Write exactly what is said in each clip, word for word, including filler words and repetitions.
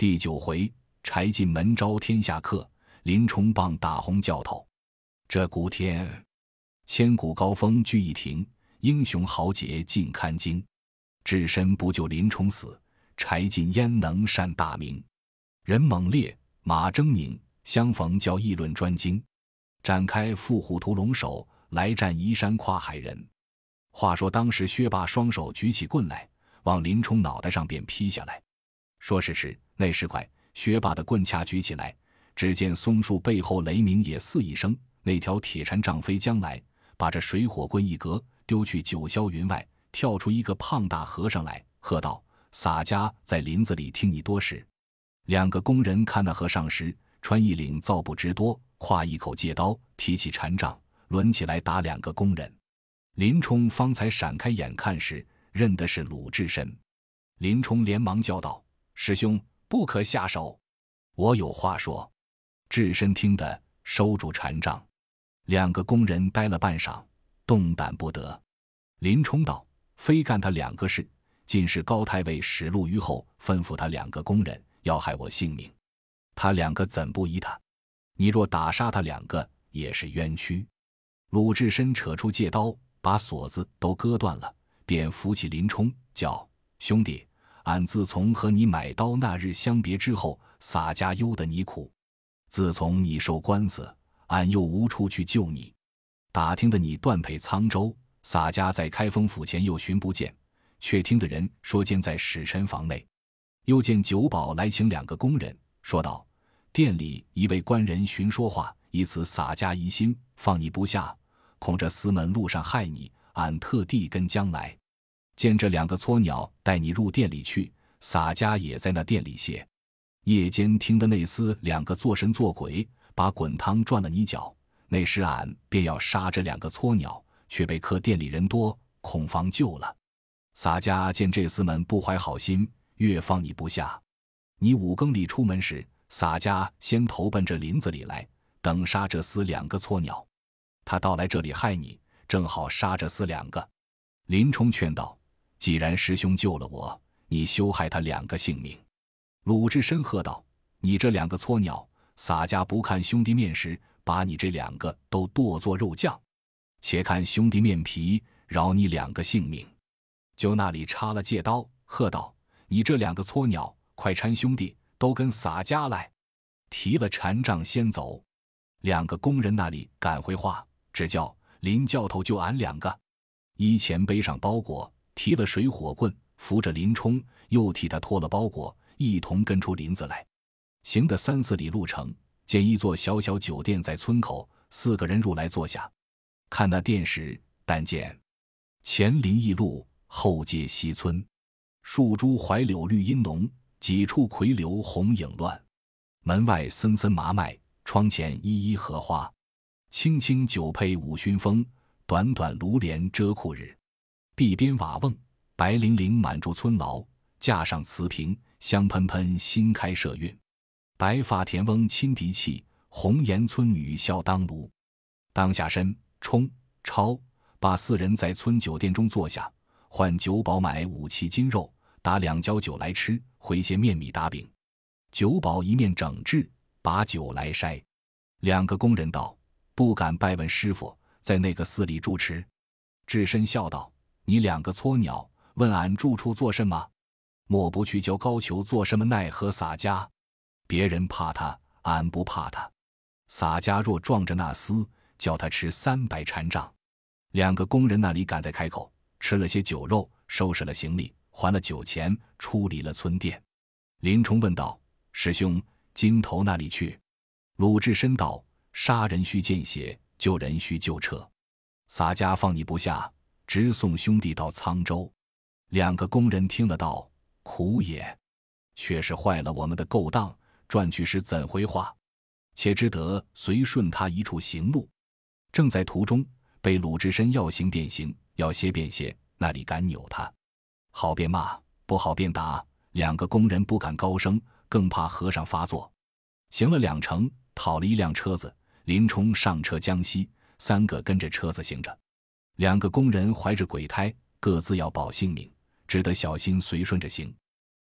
第九回，柴进门招天下客，林冲棒大红教头。这古天，千古高峰聚一亭，英雄豪杰尽堪惊。只身不救林冲死，柴进焉能善大名？人猛烈，马狰狞，相逢叫议论专精。展开缚虎屠龙手，来战移山跨海人。话说当时薛霸双手举起棍来，往林冲脑袋上便劈下来。说时迟，那时快，薛霸的棍恰举起来，只见松树背后雷鸣也似一声，那条铁禅杖飞将来，把这水火棍一格，丢去九霄云外，跳出一个胖大和尚来，喝道：洒家在林子里听你多时。两个工人看那和尚时，穿一领皂布直多，挎一口戒刀，提起禅杖，抡起来打两个工人。林冲方才闪开眼看时，认的是鲁智深。林冲连忙叫道：师兄，不可下手，我有话说。智深听得，收住禅杖。两个工人呆了半晌，动弹不得。林冲道：非干他两个事，尽是高太尉使路于后，吩咐他两个工人要害我性命。他两个怎不依他？你若打杀他两个，也是冤屈。鲁智深扯出戒刀，把锁子都割断了，便扶起林冲，叫：兄弟，俺自从和你买刀那日相别之后，洒家忧得你苦。自从你受官司，俺又无处去救你。打听的你断配沧州，洒家在开封府前又寻不见，却听的人说监在使臣房内。又见酒保来请两个工人，说道：店里一位官人寻说话，以此洒家疑心，放你不下，恐这厮们路上害你，俺特地跟将来。见这两个撮鸟带你入店里去，洒家也在那店里歇。夜间听得那厮两个做神做鬼，把滚汤转了你脚，那时俺便要杀这两个撮鸟，却被客店里人多，恐防救了。洒家见这厮们不怀好心，越放你不下。你五更里出门时，洒家先投奔这林子里来，等杀这厮两个撮鸟。他到来这里害你，正好杀这厮两个。林冲劝道：既然师兄救了我，你休害他两个性命。鲁智深喝道：你这两个撮鸟，洒家不看兄弟面时，把你这两个都剁做肉酱，且看兄弟面皮，饶你两个性命。就那里插了戒刀，喝道：你这两个撮鸟，快搀兄弟都跟洒家来。提了禅杖先走。两个工人那里赶回话，只叫林教头救俺两个。一前背上包裹，提了水火棍，扶着林冲，又替他拖了包裹，一同跟出林子来。行的三四里路程，见一座小小酒店在村口，四个人入来坐下。看那店时，但见前临驿路，后接西村，树株槐柳绿荫浓，几处葵柳红影乱。门外森森麻麦，窗前依依荷花。青青酒配五熏风，短短炉帘遮酷日。壁边瓦瓮，白泠泠满住村牢，架上瓷瓶，香喷喷新开设韵。白发田翁亲笛泣，红颜村女笑当炉。当下身冲超把四人在村酒店中坐下，换酒保买五七斤肉，打两浇酒来吃，回些面米打饼。酒保一面整治，把酒来筛。两个工人道：不敢拜问师傅，在那个寺里住持。智深笑道：你两个撮鸟，问俺住处做什么？莫不去教高俅做什么奈何洒家？别人怕他，俺不怕他。洒家若撞着那厮，叫他吃三百禅杖。两个工人那里赶在开口，吃了些酒肉，收拾了行李，还了酒钱，出离了村店。林冲问道：师兄，今头那里去？鲁智深道：杀人须见血，救人须救彻。洒家放你不下，直送兄弟到沧州。两个工人听了道：苦也，却是坏了我们的勾当，转去时怎回话？且只得随顺他一处行路。正在途中，被鲁智深要行便行，要歇便歇，那里敢扭他？好便骂，不好便打。两个工人不敢高声，更怕和尚发作。行了两程，讨了一辆车子，林冲上车江西，三个跟着车子行着。两个工人怀着鬼胎，各自要保性命，只得小心随顺着行。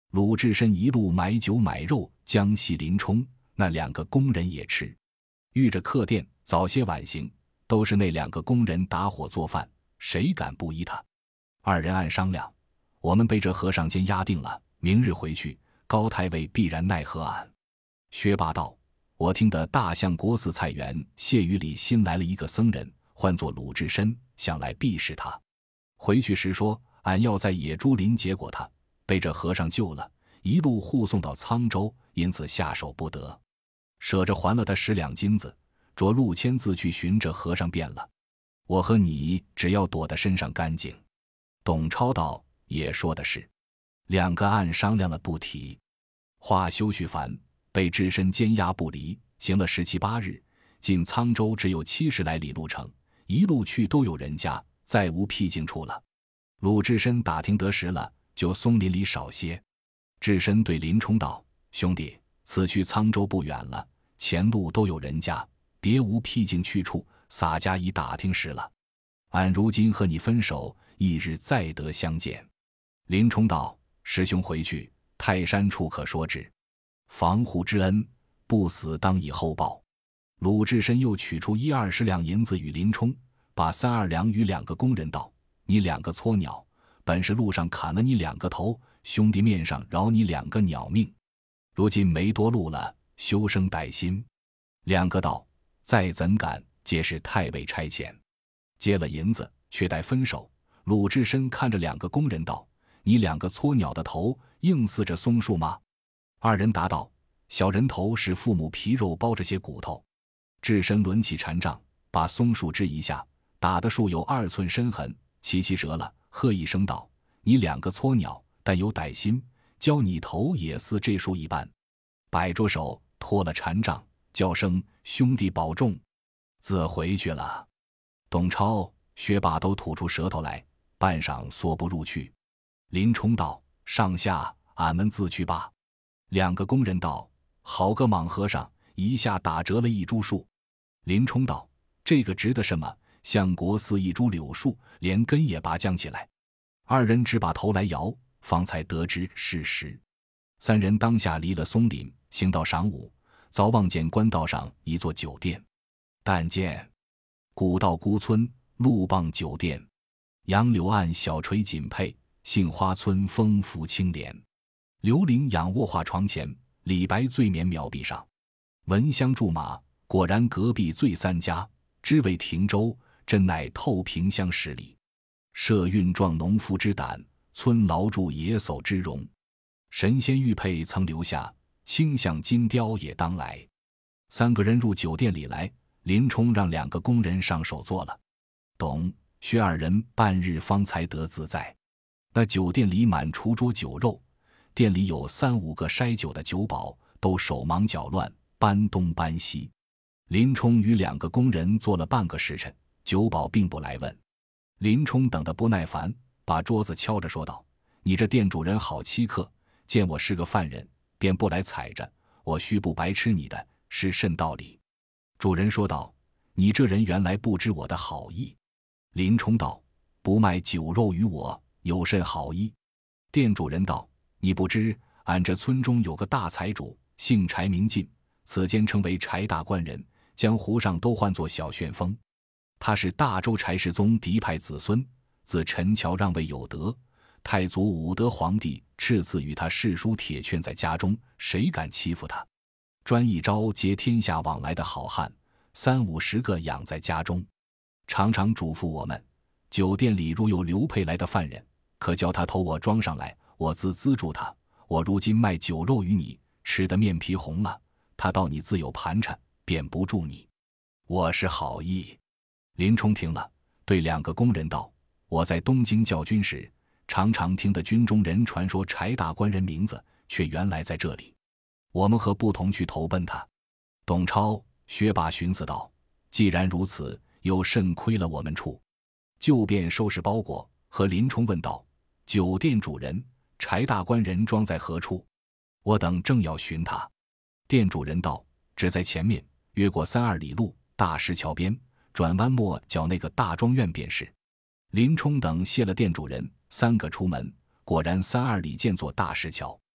鲁智深一路买酒买肉将系林冲，那两个工人也吃。遇着客店，早些晚行，都是那两个工人打火做饭，谁敢不依他？二人暗商量，我们被这和尚监押定了，明日回去，高太尉必然奈何俺。薛霸道：我听得大相国寺菜园谢雨里新来了一个僧人，唤作鲁智深，想来必是他。回去时说，俺要在野猪林结果他，被这和尚救了，一路护送到沧州，因此下手不得，舍着还了他十两金子，着陆签字去寻这和尚便了。我和你只要躲得身上干净。董超道：也说的是。两个暗商量了不提。话休叙烦，被智深监押不离，行了十七八日，进沧州只有七十来里路程，一路去都有人家，再无僻静处了。鲁智深打听得实了，就松林里少些。智深对林冲道：兄弟，此去沧州不远了，前路都有人家，别无僻静去处，洒家已打听实了。俺如今和你分手，翌日再得相见。林冲道：师兄回去，泰山处可说之。防护之恩，不死当以后报。鲁智深又取出一二十两银子与林冲，把三二两与两个工人道：你两个撮鸟，本是路上砍了你两个头，兄弟面上饶你两个鸟命。如今没多路了，休生歹心。两个道：再怎敢，皆是太尉差遣。接了银子，却待分手。鲁智深看着两个工人道：你两个撮鸟的头，硬似着松树吗？二人答道：小人头是父母皮肉包着些骨头。智深抡起禅杖，把松树枝一下，打的树有二寸深痕，齐齐折了，喝一声道：你两个撮鸟，但有歹心，教你头也似这树一般。摆着手，脱了禅杖，叫声兄弟保重，自回去了。董超、薛霸都吐出舌头来，半晌缩不入去。林冲道：上下，俺们自去吧。两个工人道：好个莽和尚，一下打折了一株树。林冲道：这个值得什么？相国寺一株柳树，连根也拔将起来。二人只把头来摇，方才得知事实。三人当下离了松林，行到晌午，早望见官道上一座酒店，但见古道孤村，路傍酒店，杨柳岸小垂锦佩，杏花村风拂青莲。刘伶仰卧画床前，李白醉眠苗壁上。闻香驻马，果然隔壁醉三家。知为停舟，真乃透屏乡十里。设运壮农夫之胆，村劳助野叟之容。神仙玉佩曾留下，倾向金雕也当来。三个人入酒店里来，林冲让两个工人上手做了。董、薛二人半日方才得自在。那酒店里满厨桌酒肉，店里有三五个筛酒的酒保，都手忙脚乱，搬东搬西。林冲与两个工人做了半个时辰，酒保并不来问。林冲等得不耐烦，把桌子敲着说道：你这店主人好欺客，见我是个犯人，便不来踩着，我须不白吃你的，是甚道理？主人说道：你这人原来不知我的好意。林冲道：不卖酒肉于我，有甚好意？店主人道：你不知俺这村中有个大财主，姓柴名进，此间称为柴大官人，江湖上都唤作小旋风。他是大周柴世宗嫡派子孙，自陈桥让位有德，太祖武德皇帝敕赐与他世书铁券在家中，谁敢欺负他？专一招接天下往来的好汉，三五十个养在家中，常常嘱咐我们，酒店里如有流配来的犯人，可叫他投我庄上来，我自资助他。我如今卖酒肉于你，吃得面皮红了，他到你自有盘缠，便不助你。我是好意。林冲听了，对两个工人道：我在东京教军时，常常听得军中人传说柴大官人名字，却原来在这里。我们何不同去投奔他？董超、薛霸寻思道：既然如此，又甚亏了我们处。就便收拾包裹，和林冲问道：酒店主人柴大官人庄在何处？我等正要寻他。店主人道：只在前面，越过三二里路，大石桥边，转弯末角那个大庄院便是。林冲等谢了店主人，三个出门，果然三二里见座大石桥。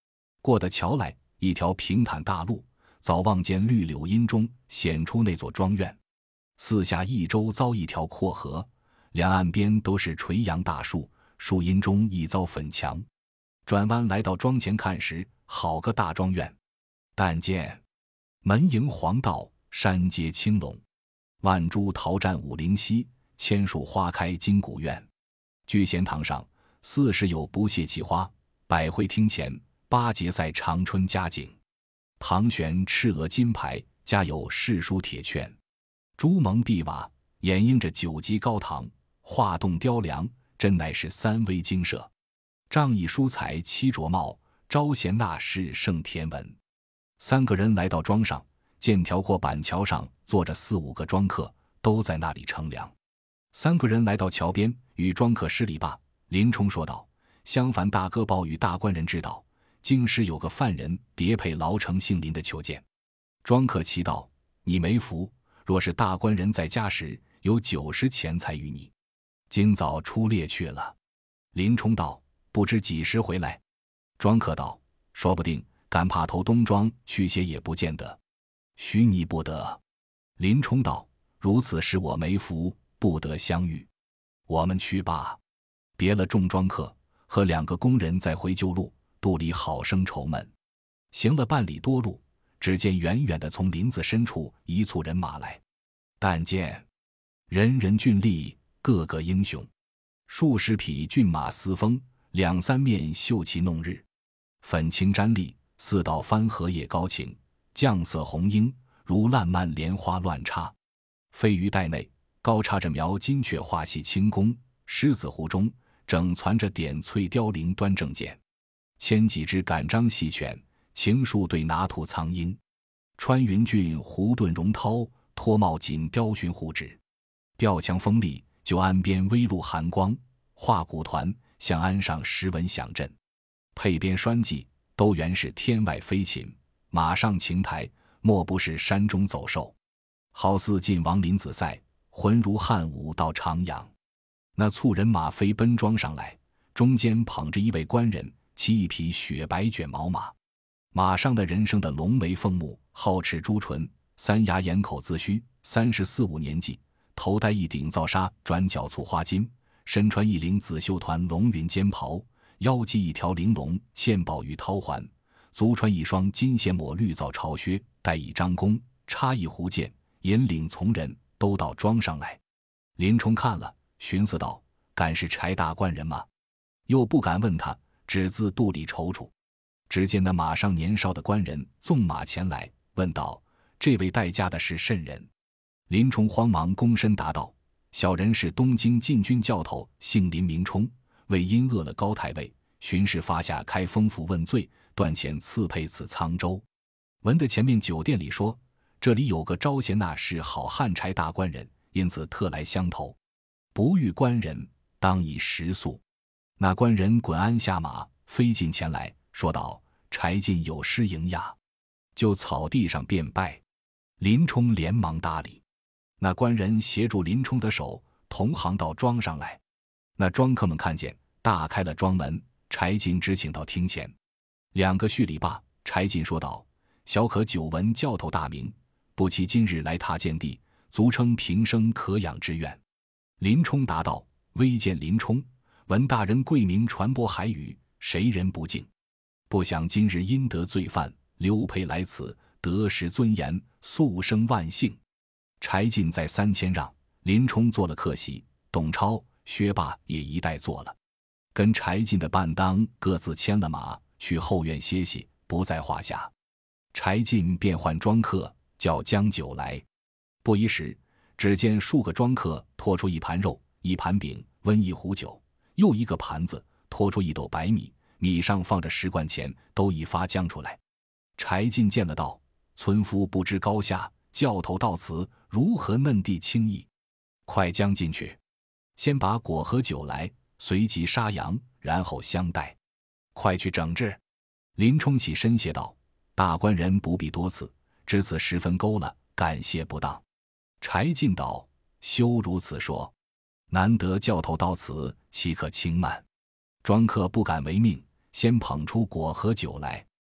过得桥来，一条平坦大路，早望见绿柳荫中显出那座庄院。四下一周遭一条阔河，两岸边都是垂杨大树，树荫中一遭粉墙。转弯来到庄前看时，好个大庄院！但见门迎黄道，山阶青龙，万株桃占五灵溪，千树花开金谷院。聚贤堂上，四时有不谢其花；百会厅前，八节赛长春佳景。堂悬赤额金牌，家有世书铁券。朱蒙碧瓦，掩映着九级高堂，画栋雕梁，真乃是三微精舍。仗义疏财七着帽，招贤纳士胜天文。三个人来到庄上，见条过板桥上坐着四五个庄客，都在那里乘凉。三个人来到桥边，与庄客施礼罢。林冲说道：襄樊大哥报与大官人知道，京师有个犯人叠配牢城姓林的求见。庄客齐道：你没福，若是大官人在家时，有九十钱财与你，今早出猎去了。林冲道：不知几时回来？庄客道：说不定，赶怕投东庄去些也不见得。许你不得。林冲道：如此使我没福，不得相遇。我们去罢。别了众庄客，和两个工人在回旧路，肚里好生愁闷。行了半里多路，只见远远的从林子深处一簇人马来，但见人人俊丽，个个英雄，数十匹骏马嘶风，两三面绣旗弄日，粉青沾丽，四道翻荷叶高擎，绛色红缨，如烂漫莲花乱插。飞鱼带内高插着描金雀画戏轻功，狮子湖中整攒着点翠凋零端正剑，千几只赶张细犬，情树对拿兔苍鹰。穿云俊胡遁荣涛，脱帽锦雕寻护指。吊枪锋利，就岸边微露寒光，画鼓团向岸上时闻响震。配边栓技，都原是天外飞禽，马上擎台，莫不是山中走兽。好似晋王林子赛，浑如汉武到长阳。那簇人马飞奔庄上来，中间捧着一位官人，骑一匹雪白卷毛马。马上的人生的龙眉凤目，皓齿朱唇，三牙眼口自须，三十四五年纪，头戴一顶皂纱转角簇花巾，身穿一领紫绣团龙云肩袍，腰系一条玲珑嵌宝玉绦环，足穿一双金线抹绿皂朝靴，带一张弓，插一壶剑，引领从人都到庄上来。林冲看了，寻思道：敢是柴大官人吗？又不敢问他，只自肚里踌躇。只见那马上年少的官人纵马前来，问道：这位待驾的是甚人？林冲慌忙躬身答道：小人是东京禁军教头，姓林名冲，为因饿了高太尉，巡视发下开封府问罪，断遣赐配此沧州。闻得前面酒店里说，这里有个招贤纳士好汉柴大官人，因此特来相投。不遇官人，当以食宿。那官人滚鞍下马，飞进前来，说道：柴进有失迎驾。就草地上便拜。林冲连忙搭理。那官人协助林冲的手，同行到庄上来。那庄客们看见，大开了庄门，柴进只请到厅前。两个叙礼罢，柴进说道：小可久闻教头大名，不期今日来踏见地，足称平生可养之愿。林冲答道：微见林冲，闻大人贵名传播海宇，谁人不敬？不想今日因得罪犯，刘培来此，得失尊严，速生万幸。柴进再三谦让，林冲做了客席，董超、薛霸也一带坐了。跟柴进的伴当各自牵了马，去后院歇息，不在话下。柴进便唤庄客，叫将酒来。不一时，只见数个庄客拖出一盘肉，一盘饼，温一壶酒，又一个盘子拖出一斗白米，米上放着十贯钱，都已发将出来。柴进见了道：村夫不知高下，教头到此，如何嫩地轻易？快将进去，先把果和酒来，随即杀羊，然后相待。快去整治。林冲起身谢道：大官人不必多赐，只此十分勾了，感谢不当。柴进道：休如此说，难得教头到此，岂可轻慢？庄客不敢违命，先捧出果和酒来。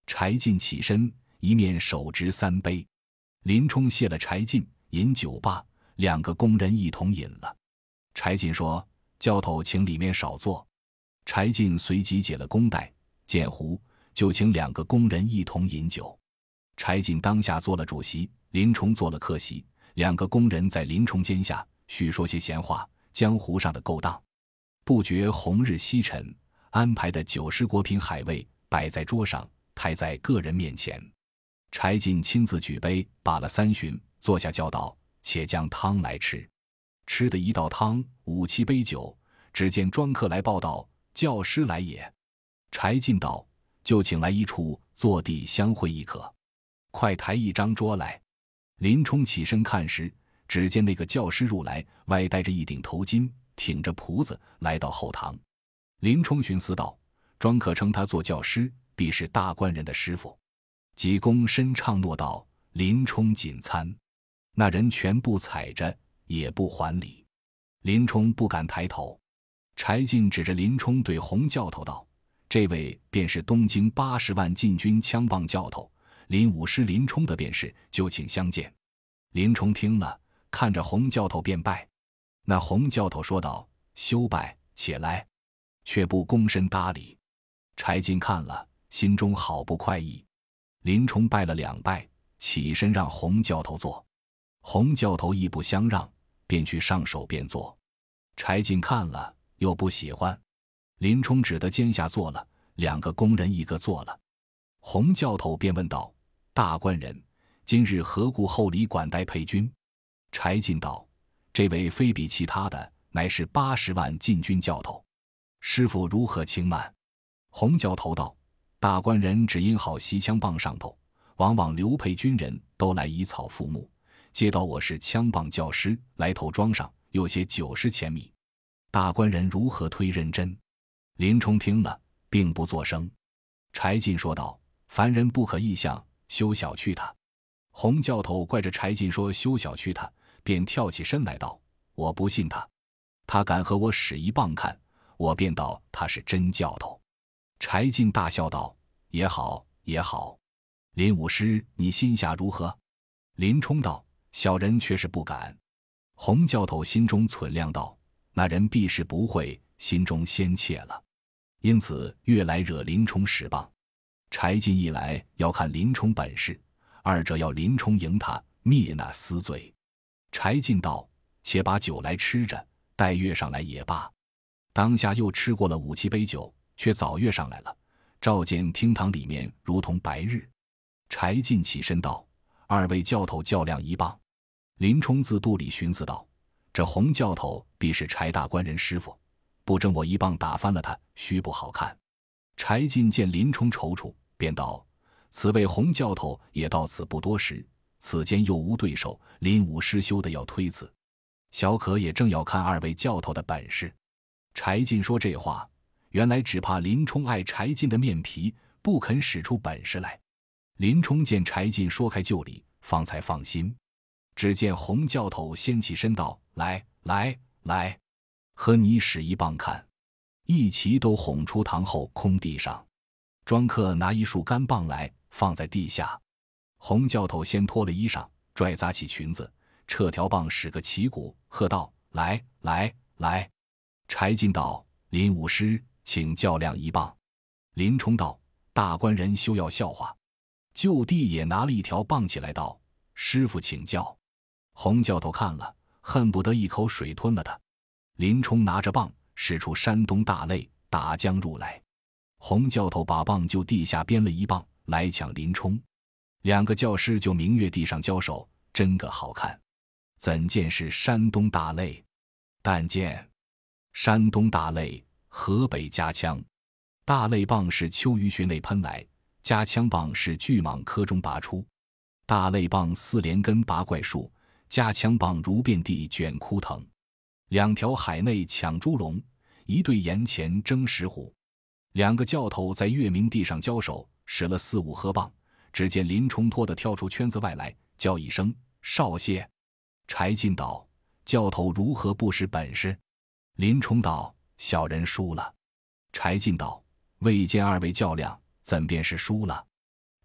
柴进起身，一面手执三杯。林冲谢了柴进，饮酒罢，两个工人一同饮了。柴进说：“教头请里面少坐。”柴进随即解了弓带，见壶，就请两个工人一同饮酒。柴进当下做了主席，林冲做了客席，两个工人在林冲肩下叙说些闲话，江湖上的勾当。不觉红日西沉，安排的九十国品海味摆在桌上，抬在个人面前。柴进亲自举杯，把了三巡，坐下叫道：“且将汤来吃。”吃的一道汤，五七杯酒，只见庄客来报道：“教师来也。”柴进道：“就请来一处，坐地相会亦可。快抬一张桌来。”林冲起身看时，只见那个教师入来，外戴着一顶头巾，挺着蹼子，来到后堂。林冲寻思道：“庄客称他做教师，必是大官人的师傅。”即躬身唱诺道：“林冲谨参。”那人全部踩着，也不还礼。林冲不敢抬头。柴进指着林冲对洪教头道：“这位便是东京八十万禁军枪棒教头，林武师林冲的便是，就请相见。”林冲听了，看着洪教头便拜。那洪教头说道：“休拜，且来。”却不躬身搭礼。柴进看了，心中好不快意。林冲拜了两拜，起身让洪教头坐。洪教头亦不相让，便去上手便坐。柴进看了，又不喜欢。林冲只得肩下坐了，两个工人一个坐了。洪教头便问道：“大官人，今日何故厚礼管待配军？”柴进道：“这位非比其他的，乃是八十万禁军教头，师傅如何轻慢？”洪教头道：“大官人只因好习枪棒上头，往往刘配军人都来以草覆木，接到我是枪棒教师，来头庄上又写九十钱米，大官人如何推认真？”林冲听了，并不作声。柴进说道：“凡人不可异象，休小觑他。”洪教头怪着柴进说休小觑他，便跳起身来道：“我不信他，他敢和我使一棒看，我便道他是真教头。”柴进大笑道：“也好也好，林武师你心下如何？”林冲道：“小人却是不敢。”洪教头心中忖量道：“那人必是不会，心中先怯了，因此越来惹林冲使棒。柴进一来要看林冲本事，二者要林冲赢他，灭那私罪。”柴进道：“且把酒来吃着，待跃上来也罢。”当下又吃过了五七杯酒，却早跃上来了，照见厅堂里面如同白日。柴进起身道：“二位教头较量一棒。”林冲自肚里寻思道：“这洪教头必是柴大官人师傅，不争我一棒打翻了他，须不好看。”柴进见林冲踌躇，便道：“此位洪教头也到此不多时，此间又无对手，林武师休的要推辞，小可也正要看二位教头的本事。”柴进说这话，原来只怕林冲爱柴进的面皮，不肯使出本事来。林冲见柴进说开旧礼，方才放心。只见洪教头先起身道：“来来来，和你使一棒看。”一齐都哄出堂后空地上。庄客拿一束干棒来，放在地下。洪教头先脱了衣裳，拽扎起裙子，撤条棒使个旗鼓，喝道：“来来来！”柴进道：“林武师，请较量一棒。”林冲道：“大官人休要笑话。”就地也拿了一条棒起来道：“师傅请教。”洪教头看了，恨不得一口水吞了他。林冲拿着棒，使出山东大擂，打将入来。洪教头把棒就地下编了一棒来抢林冲，两个教师就明月地上交手，真个好看。怎见是山东大擂？但见山东大擂，河北夹枪。大擂棒是秋鱼穴内喷来，夹枪棒是巨蟒科中拔出。大擂棒似连根拔怪树，夹枪棒如遍地卷枯藤。两条海内抢猪笼，一对岩前争石虎。两个教头在月明地上交手，使了四五合棒，只见林冲脱得跳出圈子外来，叫一声：“少谢！”柴进道：“教头如何不识本事？”林冲道：“小人输了。”柴进道：“未见二位较量，怎便是输了？”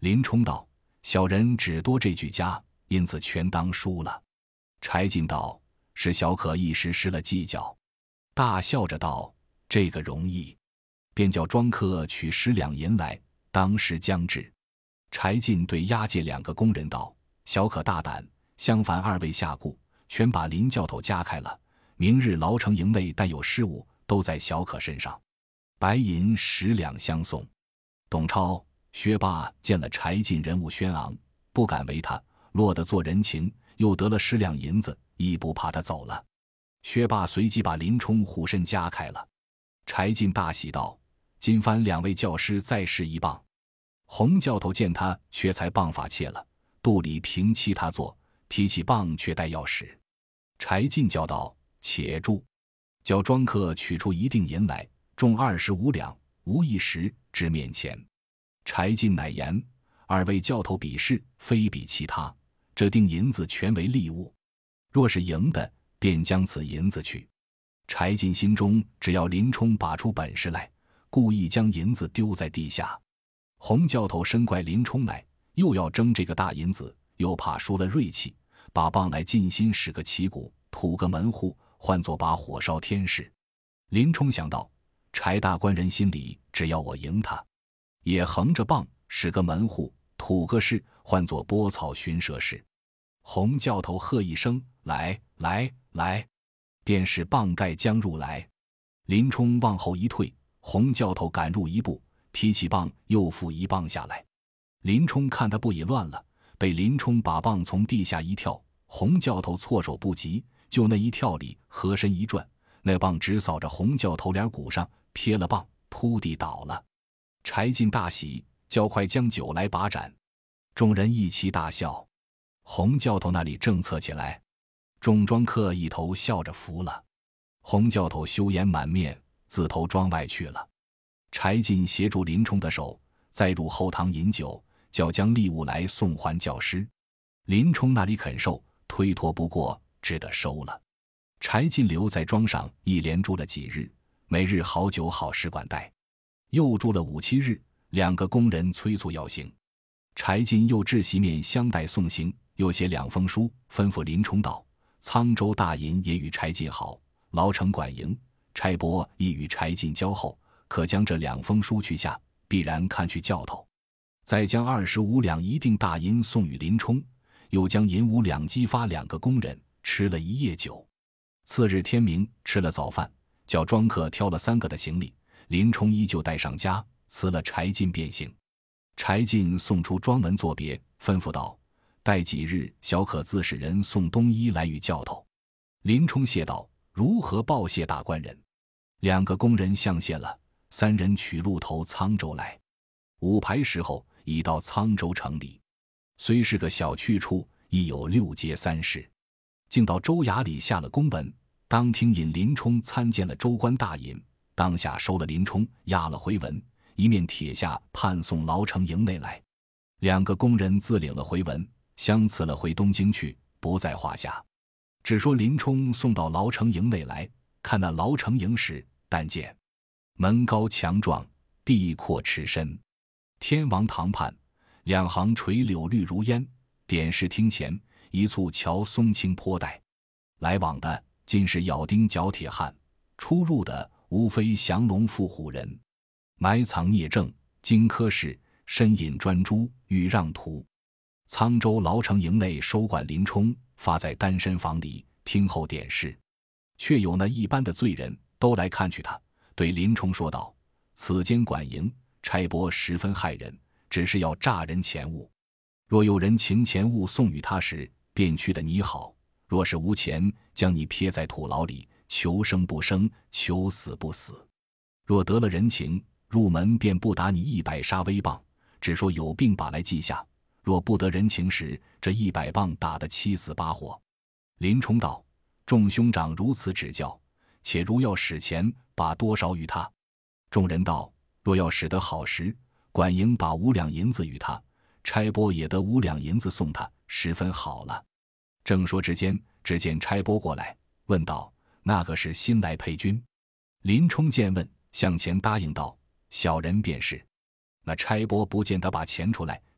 林冲道：“小人只多这句家，因此全当输了。”柴进道：“是小可一时失了计较。”大笑着道：“这个容易。”便叫庄客取十两银来，当时将至。柴进对押解两个工人道：“小可大胆，相烦二位下顾，全把林教头加开了。明日牢城营内但有失误，都在小可身上。”白银十两相送。董超、薛霸见了柴进人物轩昂，不敢为他，落得做人情，又得了十两银子，亦不怕他走了。薛霸随即把林冲护身加开了。柴进大喜道：“今番两位教师再试一棒。”洪教头见他却才棒法怯了，肚里平欺他坐，提起棒却待要使。柴进叫道：“且住！”叫庄客取出一锭银来，重二十五两，无一石，至面前。柴进乃言：“二位教头比试，非比其他，这锭银子全为利物，若是赢的，便将此银子去。”柴进心中只要林冲拔出本事来，故意将银子丢在地下。洪教头深怪林冲来，又要争这个大银子，又怕输了锐气，把棒来尽心使个旗鼓，吐个门户，换作把火烧天势。林冲想到，柴大官人心里只要我赢他，也横着棒使个门户，吐个势，换作拨草寻蛇势。洪教头喝一声：“来来来！”便使棒盖将入来。林冲往后一退，洪教头赶入一步，提起棒又负一棒下来。林冲看他不已乱了，被林冲把棒从地下一跳，洪教头措手不及，就那一跳里合身一转，那棒直扫着洪教头脸骨上，撇了棒，扑地倒了。柴进大喜，叫快将酒来把盏。众人一齐大笑。洪教头那里正策起来，众庄客一头笑着服了。洪教头羞颜满面，自投庄外去了。柴进协助林冲的手，再入后堂饮酒，叫将利物来送还教师。林冲那里肯受，推脱不过，只得收了。柴进留在庄上一连住了几日，每日好酒好食管待。又住了五七日，两个工人催促要行。柴进又置席面相待送行，又写两封书，吩咐林冲道：“沧州大营也与柴进好，牢城管营差拨亦与柴进交厚，可将这两封书去下，必然看去教头。再将二十五两一锭大银送与林冲，又将银五两激发两个工人，吃了一夜酒。次日天明，吃了早饭，叫庄客挑了三个的行李，林冲依旧带上家，辞了柴进便行。柴进送出庄门作别，吩咐道：“待几日，小可自使人送冬衣来与教头。”林冲谢道：“如何报谢大官人？”两个工人相谢了，三人取路投沧州来。午牌时候，已到沧州城里。虽是个小去处，亦有六街三市。竟到州衙里下了公文，当听引林冲参见了州官大尹，当下收了林冲，押了回文，一面帖下判送牢城营内来。两个工人自领了回文，相辞了回东京去，不在话下。只说林冲送到牢城营内来，看那牢城营时，但见门高墙壮，地阔池深，天王堂畔两行垂柳绿如烟，典事厅前一簇乔松青坡带。来往的尽是咬钉嚼铁汉，出入的无非降龙伏虎人。埋藏聂政，荆轲事，深饮专诸，欲让图。沧州牢城营内收管林冲，发在单身房里听候点事。却有那一般的罪人都来看去他，对林冲说道：“此间管营差拨十分害人，只是要诈人钱物。若有人情钱物送与他时，便去的你好；若是无钱，将你撇在土牢里，求生不生，求死不死。若得了人情，入门便不打你一百杀威棒，只说有病把来记下；若不得人情时，这一百棒打得七死八活。”林冲道：“众兄长如此指教，且如要使钱，把多少与他？”众人道：“若要使得好时，管营把五两银子与他，差拨也得五两银子送他，十分好了。”正说之间，只见差拨过来，问道：“那个是新来配军？”林冲见问，向前答应道：“小人便是。”那差拨不见得把钱出来，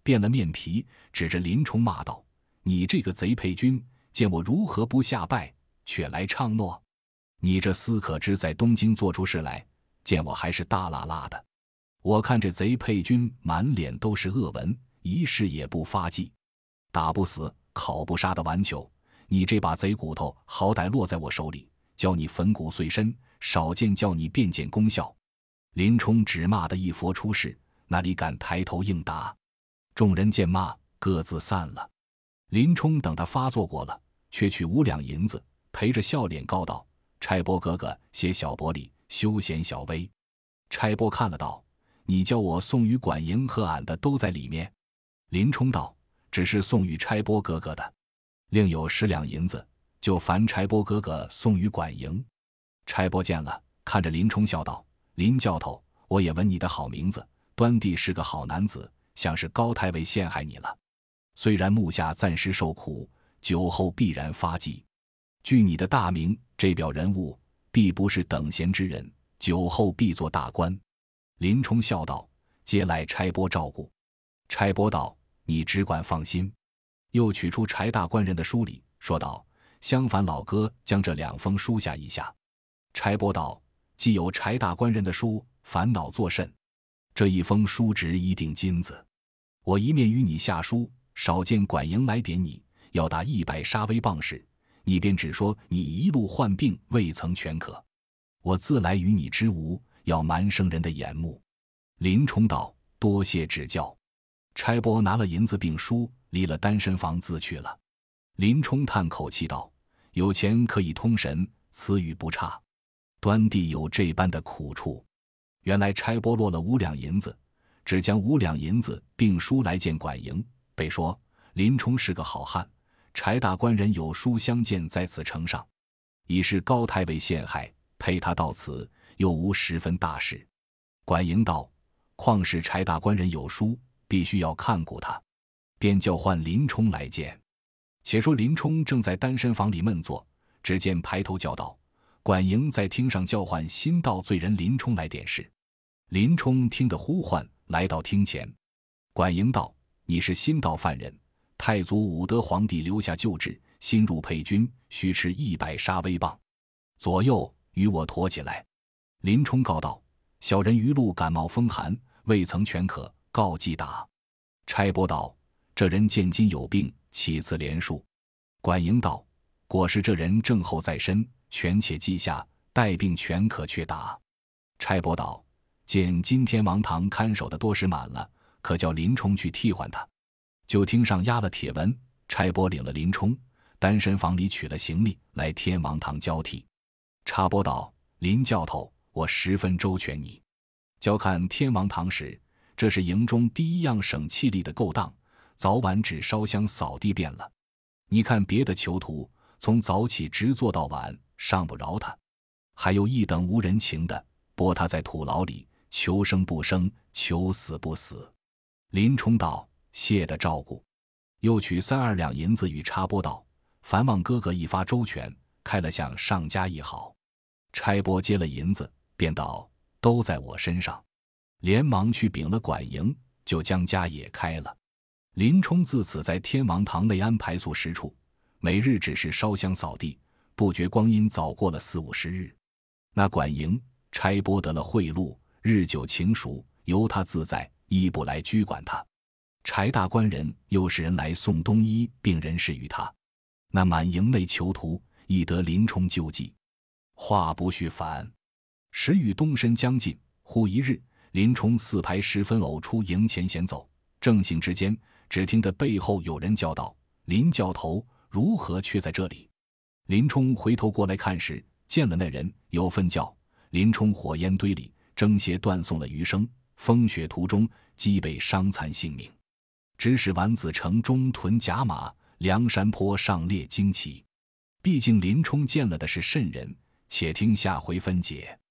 变了面皮，指着林冲骂道：“你这个贼配军，见我如何不下拜，却来唱诺？你这司可知在东京做出事来，见我还是大辣辣的。我看这贼配军满脸都是恶纹，一事也不发迹，打不死烤不杀的顽球，你这把贼骨头好歹落在我手里，叫你粉骨碎身，少见叫你变见功效。”林冲只骂得一佛出世，哪里敢抬头应答？众人见骂，各自散了。林冲等他发作过了，却取五两银子，陪着笑脸告道：“差拨哥哥写小薄礼，休嫌小微。”差拨看了道：“你叫我送与管营和俺的都在里面。”林冲道：“只是送与差拨哥哥的，另有十两银子，就烦差拨哥哥送与管营。”差拨见了，看着林冲笑道：“林教头，我也闻你的好名字，端地是个好男子，像是高太尉陷害你了。虽然目下暂时受苦，酒后必然发迹。据你的大名，这表人物必不是等闲之人，酒后必做大官。”林冲笑道：“皆赖差拨照顾。”差拨道：“你只管放心。”又取出柴大官人的书礼，说道：“相烦老哥将这两封书下一下。”差拨道：“既有柴大官人的书，烦恼作甚？这一封书值一锭金子，我一面与你下书，少见管营来点你，要打一百杀威棒时，你便只说你一路患病，未曾全可。我自来与你之无，要瞒生人的眼目。”林冲道：“多谢指教。”差拨拿了银子并书，离了单身房自去了。林冲叹口气道：“有钱可以通神，此语不差。端地有这般的苦处。”原来差拨落了五两银子，只将五两银子并书来见管营，被说林冲是个好汉，柴大官人有书相见，在此呈上，已是高太尉陷害，配他到此又无十分大事。管营道：“况是柴大官人有书，必须要看顾他，便叫唤林冲来见。”且说林冲正在单身房里闷坐，只见排头叫道：“管营在厅上叫唤新到罪人林冲来点事。”林冲听得呼唤，来到厅前。管营道：“你是新到犯人，太祖武德皇帝留下旧制，新入配军，须持一百杀威棒，左右与我驮起来。”林冲告道：“小人余路感冒风寒，未曾全可，告即打。”差拨道：“这人见今有病，岂辞连数？”管营道：“果是这人症候在身，权且记下，待病全可却打。”差拨道：“见今天王堂看守的多时满了，可叫林冲去替换他。”就厅上压了帖文，差拨领了林冲，单身房里取了行李来天王堂交替。插拨道：“林教头，我十分周全你。交看天王堂时，这是营中第一样省气力的勾当，早晚只烧香扫地便了。你看别的囚徒，从早起直做到晚，上不饶他；还有一等无人情的，拨他在土牢里，求生不生，求死不死。”林冲道：“谢的照顾。”又取三二两银子与插拨道：“烦望哥哥一发周全，开了项上加一好。”差拨接了银子，便道：“都在我身上。”连忙去禀了管营，就将家也开了。林冲自此在天王堂内安排宿食处，每日只是烧香扫地，不觉光阴早过了四五十日。那管营差拨得了贿赂，日久情熟，由他自在，亦不来拘管他。柴大官人又使人来送冬衣，并人事于他。那满营内囚徒亦得林冲救济。话不续返。时与冬深将近，忽一日，林冲四排十分偶出营前闲走，正行之间，只听得背后有人叫道：“林教头，如何却在这里？”林冲回头过来看时，见了那人，有份叫林冲火焰堆里争些断送了余生，风雪途中几被伤残性命。只使丸子城中屯甲马，梁山坡上列旌旗。毕竟林冲见了的是甚人，且听下回分解。